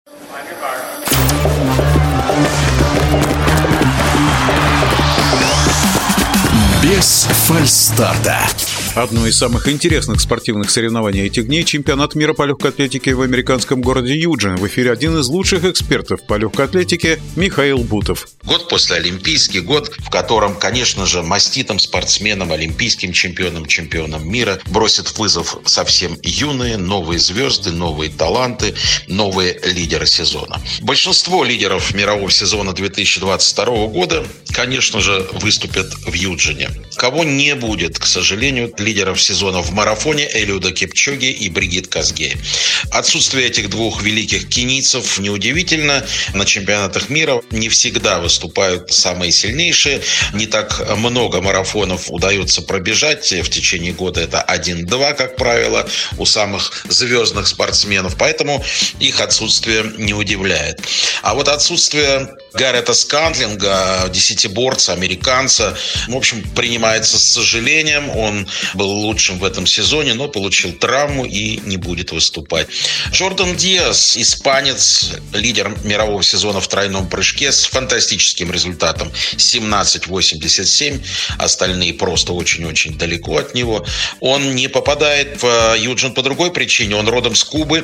Без фальстарта. Одно из самых интересных спортивных соревнований этих дней — чемпионат мира по легкой атлетике в американском городе Юджин. В эфире один из лучших экспертов по легкой атлетике Михаил Бутов. Год после Олимпийский, год, в котором, конечно же, маститым спортсменам, олимпийским чемпионам мира бросят вызов совсем юные, новые звезды, новые таланты, новые лидеры сезона. Большинство лидеров мирового сезона 2022 года, конечно же, выступят в Юджине. Кого не будет, к сожалению, лидеров сезона в марафоне — Элиуда Кипчоги и Бригит Косгей. Отсутствие этих двух великих кенийцев неудивительно. На чемпионатах мира не всегда выступают самые сильнейшие. Не так много марафонов удается пробежать. В течение года это 1-2, как правило, у самых звездных спортсменов. Поэтому их отсутствие не удивляет. А вот отсутствие Гаррета Скантлинга, десятиборца, американца, в общем, принимается с сожалением. Он был лучшим в этом сезоне, но получил травму и не будет выступать. Джордан Диас, испанец, лидер мирового сезона в тройном прыжке с фантастическим результатом 17.87. Остальные просто очень-очень далеко от него. Он не попадает в Юджин по другой причине. Он родом с Кубы,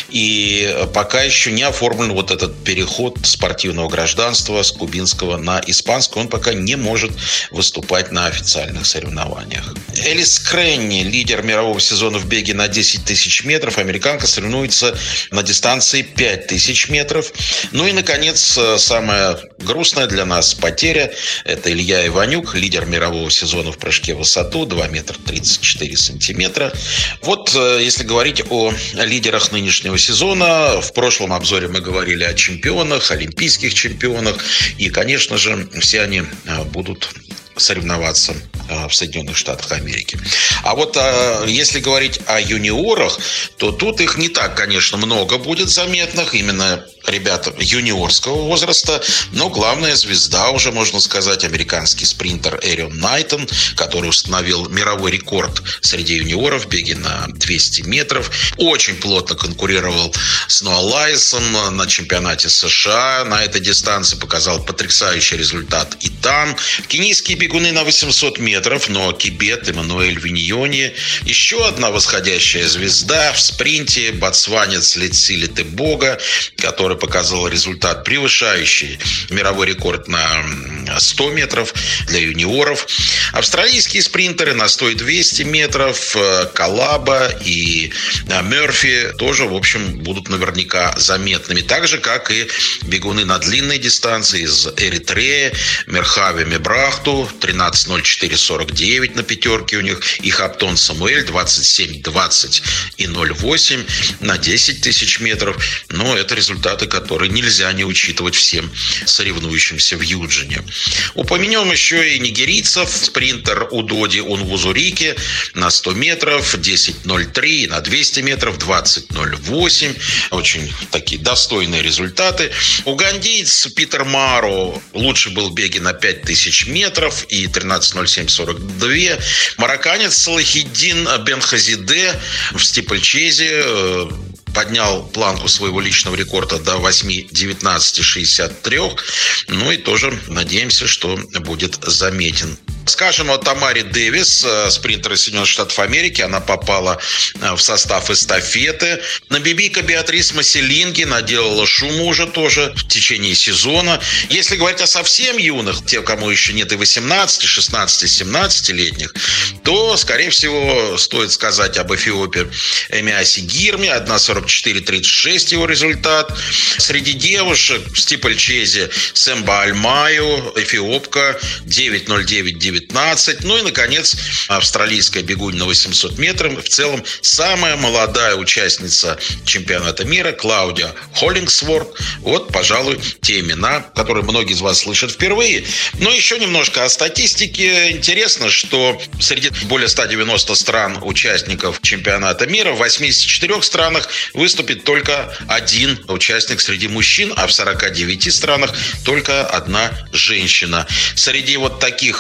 и пока еще не оформлен вот этот переход спортивного гражданства с кубинского на испанское. Он пока не может выступать на официальных соревнованиях. Элис Кренни, лидер мирового сезона в беге на 10 тысяч метров. Американка соревнуется на дистанции 5 тысяч метров. Ну и, наконец, самая грустная для нас потеря – это Илья Иванюк, лидер мирового сезона в прыжке в высоту, 2 метра 34 сантиметра. Вот если говорить о лидерах нынешнего сезона, в прошлом обзоре мы говорили о чемпионах, олимпийских чемпионах. И, конечно же, все они будут соревноваться в Соединенных Штатах Америки. А вот если говорить о юниорах, то тут их не так, конечно, много будет заметных. Именно ребята юниорского возраста. Но главная звезда, уже можно сказать, американский спринтер Эрион Найтон, который установил мировой рекорд среди юниоров в беге на 200 метров. Очень плотно конкурировал с Ноа Лайсом на чемпионате США. На этой дистанции показал потрясающий результат и там. Кенийские бегуны на 800 метров, но Кибет, Эммануэль Виньони. Еще одна восходящая звезда в спринте — ботсванец Летсили Тебога, который показал результат, превышающий мировой рекорд на 100 метров для юниоров. Австралийские спринтеры на 100 и 200 метров, Калаба и Мерфи, тоже, в общем, будут наверняка заметными. Так же, как и бегуны на длинной дистанции из Эритреи, Мерхави Мебрахту, 13.04.49 на пятерке у них, и Хаптон Самуэль, 27.20 и 0.8 на 10 тысяч метров. Но это результаты, которые нельзя не учитывать всем соревнующимся в Юджине. Упомянем еще и нигерийцев. Спринтер Удоди Унвузурике на 100 метров 10.03, на 200 метров 20.08. Очень такие достойные результаты. Угандиец Питер Маро лучше был в беге на 5000 метров и 13.07.42. Марокканец Салахиддин Бенхазиде в стипльчезе поднял планку своего личного рекорда до 8.19.63. Ну и тоже надеемся, что будет заметен. Скажем о Тамаре Дэвис, спринтер из Соединенных Штатов Америки. Она попала в состав эстафеты. Набибика Беатрис Маселинги наделала шуму уже тоже в течение сезона. Если говорить о совсем юных, те, кому еще нет и 18, 16, 17-летних, то, скорее всего, стоит сказать об эфиопе Эмиасе Гирме. 1.44.36 его результат. Среди девушек в стипльчезе Семба Альмаю, эфиопка, 9.09.19. Ну и, наконец, австралийская бегунья на 800 метров. В целом, самая молодая участница чемпионата мира Клаудия Холлингсворт. Вот, пожалуй, те имена, которые многие из вас слышат впервые. Но еще немножко о статистике. Интересно, что среди более 190 стран участников чемпионата мира в 84 странах выступит только один участник среди мужчин, а в 49 странах только одна женщина. Среди вот таких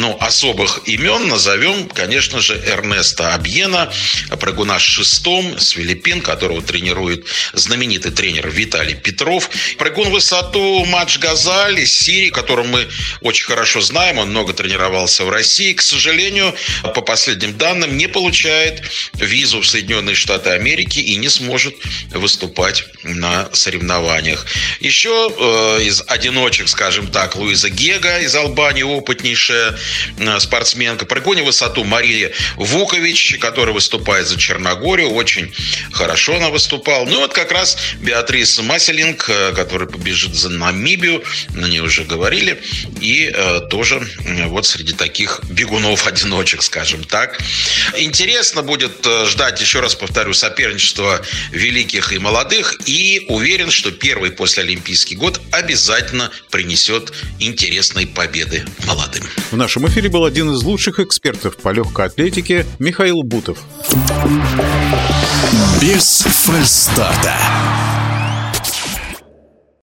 особых имен назовем, конечно же, Эрнеста Абьена, прыгуна с шестом с Филиппин, которого тренирует знаменитый тренер Виталий Петров. Прыгун в высоту Мадж Газаль из Сирии, которого мы очень хорошо знаем, он много тренировался в России. К сожалению, по последним данным, не получает визу в Соединенные Штаты Америки и не сможет выступать на соревнованиях. Еще из одиночек, скажем так, Луиза Гега из Албании, опытнейшая спортсменка. Прыгунья в высоту Мария Вукович, которая выступает за Черногорию. Очень хорошо она выступала. Как раз Беатрис Маселинг, которая побежит за Намибию, на ней уже говорили. И тоже среди таких бегунов-одиночек, скажем так. Интересно будет ждать, еще раз повторю, соперничество великих и молодых. И уверен, что первый послеолимпийский год обязательно принесет интересные победы молодым. В нашем эфире был один из лучших экспертов по легкой атлетике Михаил Бутов. Без фальстарта.